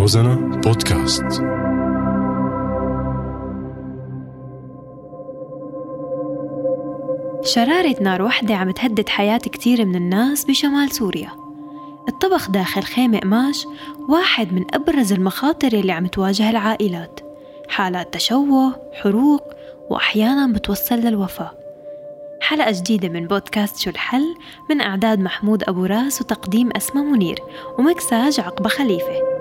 روزانا بودكاست. شرارة نار وحدة عم تهدد حياة كتير من الناس بشمال سوريا. الطبخ داخل خيمة قماش واحد من أبرز المخاطر اللي عم تواجه العائلات، حالات تشوه، حروق، وأحياناً بتوصل للوفاة. حلقة جديدة من بودكاست شو الحل من إعداد محمود أبو راس وتقديم أسماء منير ومكساج عقبة خليفة.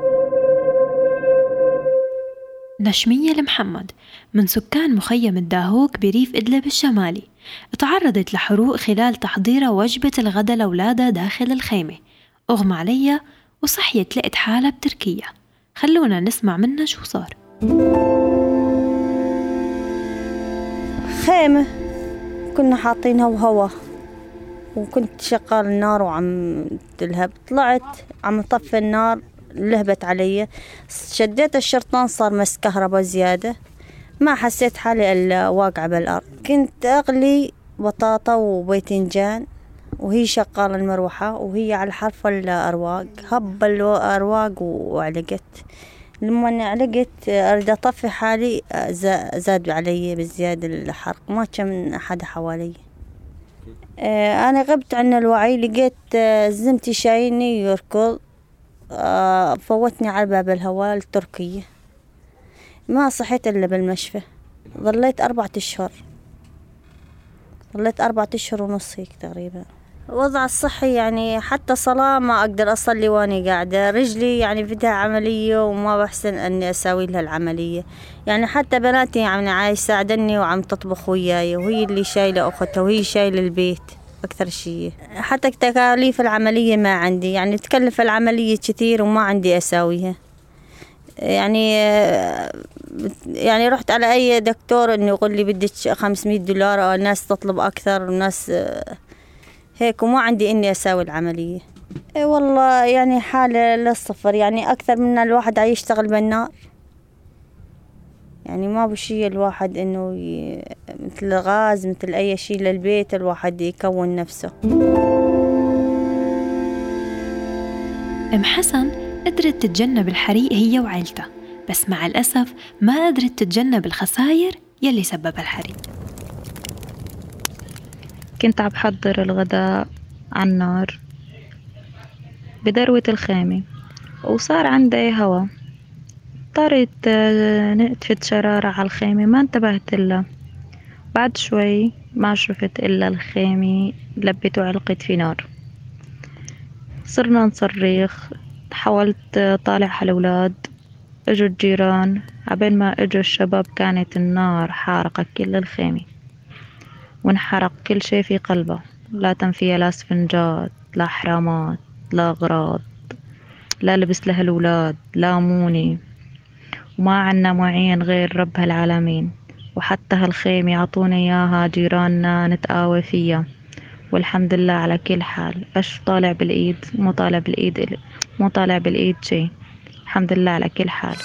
نشمية المحمد من سكان مخيم الداهوك بريف إدلب الشمالي، تعرضت لحروق خلال تحضير وجبة الغداء لأولادها داخل الخيمة. أغمى عليها وصحيت لقت حالها بتركيا. خلونا نسمع منها شو صار. خيمة كنا حاطينها وهوا، وكنت شغال النار وعم تلهب. طلعت عم طفي النار، لهبت علي، شديت الشرطان صار مس كهرباء زيادة، ما حسيت حالي إلا واقعة بالأرض. كنت أغلي بطاطا وباذنجان وهي شغالة المروحة وهي على حرف الأرواق. هب الأرواق وعلقت. لما علقت أريد أطفي حالي زاد علي بزيادة الحرق، ما كان أحد حوالي. أنا غبت عن الوعي، لقيت زمتي شايني يركض، فوتني على باب الهواء التركية. ما صحيت إلا بالمشفى. ظليت 4 أشهر، ظليت 4 أشهر ونص هيك تقريبا. وضع الصحي يعني حتى صلاة ما أقدر أصلي واني قاعدة. رجلي يعني بدها عملية وما بحسن أني أسوي لها العملية. يعني حتى بناتي يعني عايز يساعدني وعم تطبخ وياي، وهي اللي شايلة أختها وهي شايلة البيت أكثر شيء. حتى تكاليف العملية ما عندي، يعني تكلف العملية كثير وما عندي أساويها. يعني رحت على أي دكتور إنه يقول لي بدك $500، الناس تطلب أكثر والناس هيك، وما عندي إني أساوي العملية. والله يعني حالة للصفر، يعني أكثر من الواحد يشتغل بالنار. يعني ما بشي الواحد إنه مثل غاز مثل أي شيء للبيت الواحد يكون نفسه. أم حسن قدرت تتجنب الحريق هي وعائلتها، بس مع الأسف ما قدرت تتجنب الخسائر يلي سبب الحريق. كنت عم بحضر الغداء على النار بدروة الخيمة، وصار عندي هوا. اضطريت نقفت شرارة على الخيمة، ما انتبهت إلا بعد شوي ما شفت إلا الخيمة لبت وعلقت في نار. صرنا نصرخ، حاولت طالع الأولاد، اجوا الجيران. عبين ما اجوا الشباب كانت النار حارقة كل الخيمة، وانحرق كل شي في قلبه. لا تنفية، لا سفنجات، لا حرامات، لا أغراض، لا لبس لها الأولاد، لا موني، وما عنا معين غير رب هالعالمين. وحتى هالخيمة يعطونا إياها جيراننا نتقاوى فيها، والحمد لله على كل حال. ايش طالع بالإيد مو طالع بالإيد، مو طالع بالإيد شي، الحمد لله على كل حال.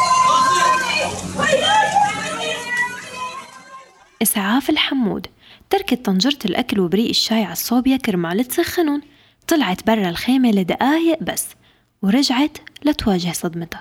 إسعاف الحمود تركت طنجرة الأكل وبريق الشاي على الصوبيا كرمال تسخنون. طلعت برا الخيمة لدقايق بس، ورجعت لتواجه صدمتها.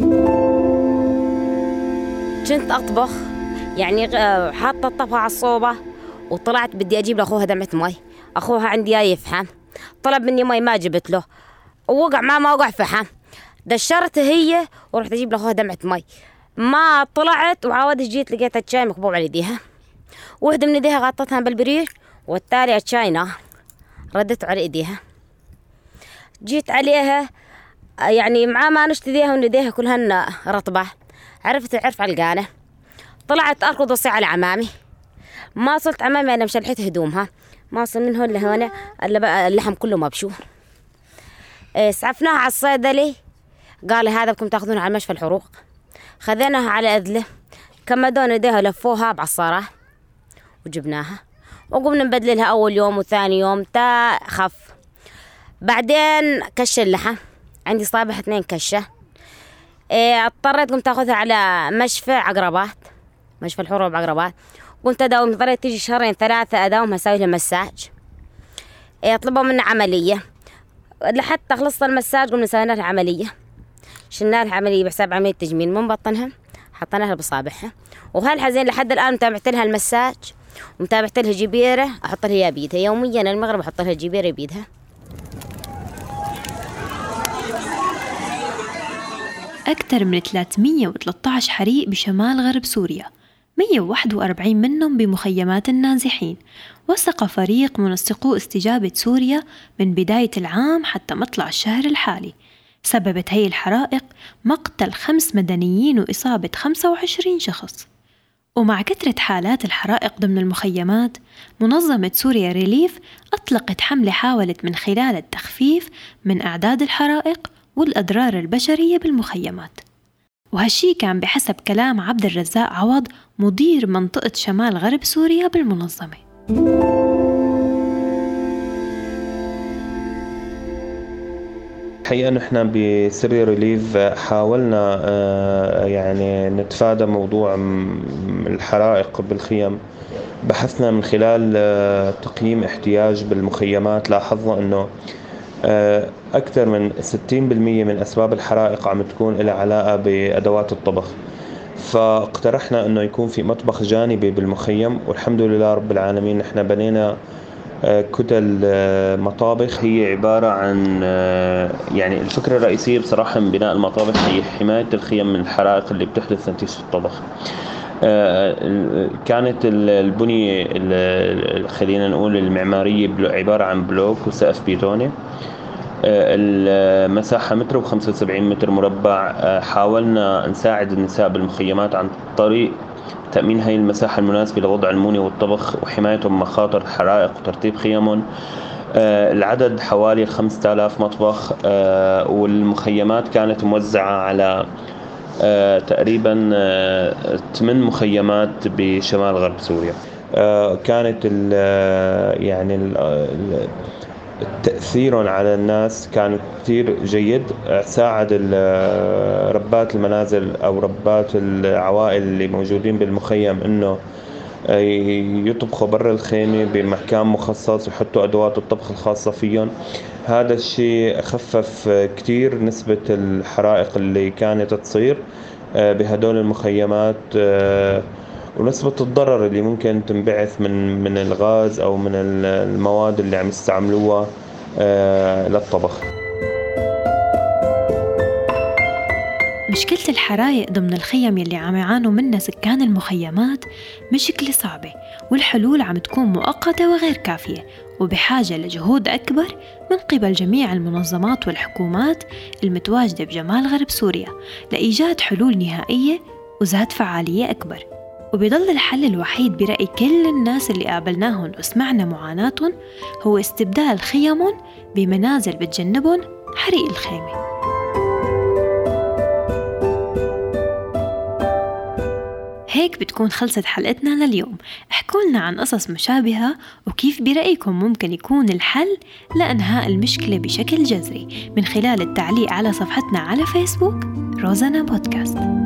كنت أطبخ، يعني حاطة الطبخة على الصوبة، وطلعت بدي أجيب لأخوها دمعة مي. أخوها عندي يفحم، طلب مني مي ما جبت له، ووقع ما وقع فحم. دشرت هي ورحت أجيب لأخوها دمعة مي. ما طلعت وعاودت جيت لقيت الشاي مكبوب على يديها، واحدة من يديها غطتها بالبريش والتالي الشاي نار ردت على ايديها. جيت عليها يعني مع ما نشت ايديها ونديها كلهن رطبة، عرف علقانة. طلعت أركض وصي على عمامي. ما صلت عمامي أنا مشلحت هدومها، ما وصل من هون لهون إلا اللحم كله مبشور. سعفناها على الصيدلي، قال هذا بكم تاخذونها على مشفى الحروق. خذيناها على أذله، كمدون ايديها لفوها بعصارة وجبناها، وقمنا نبدل لها أول يوم وثاني يوم تا خف. بعدين كش اللحم، عندي صابح 2 كشة. اضطريت قمت أخذها على مشفى عقربات، مشفى الحروق عقربات. قلت أداوم، اضطريت تيجي 2-3 شهور أداوم أسوي لها مساج. طلبوا منا عملية، لحتى خلصت المساج قمنا سوينا لها عملية. شلنا لها عملية بحساب عملية تجميل من بطنها، حطينا لها بصابعها. وهالحزين لحد الآن متابعت لها المساج ومتابعت لها جبيرة، أحط لها بيدها يوميا المغرب، أحط لها جبيرة بيدها. أكثر من 313 حريق بشمال غرب سوريا، 141 منهم بمخيمات النازحين. وثق فريق منسقو استجابة سوريا من بداية العام حتى مطلع الشهر الحالي. سببت هي الحرائق مقتل 5 مدنيين وإصابة 25 شخص. ومع كثرة حالات الحرائق ضمن المخيمات، منظمة سوريا ريليف أطلقت حملة حاولت من خلال التخفيف من أعداد الحرائق والأضرار البشرية بالمخيمات. وهالشي كان بحسب كلام عبد الرزاق عوض مدير منطقة شمال غرب سوريا بالمنظمة. الحقيقة نحن بسوريا ريليف حاولنا يعني نتفادى موضوع الحرائق بالخيم. بحثنا من خلال تقييم احتياج بالمخيمات، لاحظنا أنه أكثر من 60% من أسباب الحرائق عم تكون لها علاقة بأدوات الطبخ. فاقترحنا أنه يكون في مطبخ جانبي بالمخيم، والحمد لله رب العالمين نحن بنينا كتل مطابخ. هي عبارة عن يعني الفكرة الرئيسية بصراحة من بناء المطابخ هي حماية الخيم من الحرائق اللي بتحدث نتيجة الطبخ. كانت البنية خلينا نقول المعمارية عبارة عن بلوك وسقف بيتوني. المساحة 1.75 متر مربع. حاولنا نساعد النساء بالمخيمات عن طريق تأمين هاي المساحة المناسبة لوضع المونة والطبخ وحمايتهم من مخاطر الحرائق وترتيب خيمهم. العدد حوالي 5000 مطبخ، والمخيمات كانت موزعة على تقريبا 8 مخيمات بشمال غرب سوريا. كانت يعني التأثير على الناس كان كتير جيد. ساعد ربات المنازل أو ربات العوائل اللي موجودين بالمخيم إنه يطبخوا برا الخيمة بمكان مخصص ويحطوا أدوات الطبخ الخاصة فيهم. هذا الشيء خفف كتير نسبة الحرائق اللي كانت تصير بهدول المخيمات، ونسبة الضرر اللي ممكن تنبعث من الغاز أو من المواد اللي عم يستعملوها للطبخ. مشكلة الحرايق ضمن الخيم يلي عم يعانوا منها سكان المخيمات مشكلة صعبة، والحلول عم تكون مؤقتة وغير كافية، وبحاجة لجهود أكبر من قبل جميع المنظمات والحكومات المتواجدة بجمال غرب سوريا لإيجاد حلول نهائية وذات فعالية أكبر. وبيضل الحل الوحيد برأي كل الناس اللي قابلناهم وسمعنا معاناتهم هو استبدال خيمهم بمنازل بتجنبهم حريق الخيمة. هيك بتكون خلصت حلقتنا لليوم. احكوا لنا عن قصص مشابهة وكيف برأيكم ممكن يكون الحل لإنهاء المشكلة بشكل جذري من خلال التعليق على صفحتنا على فيسبوك روزانا بودكاست.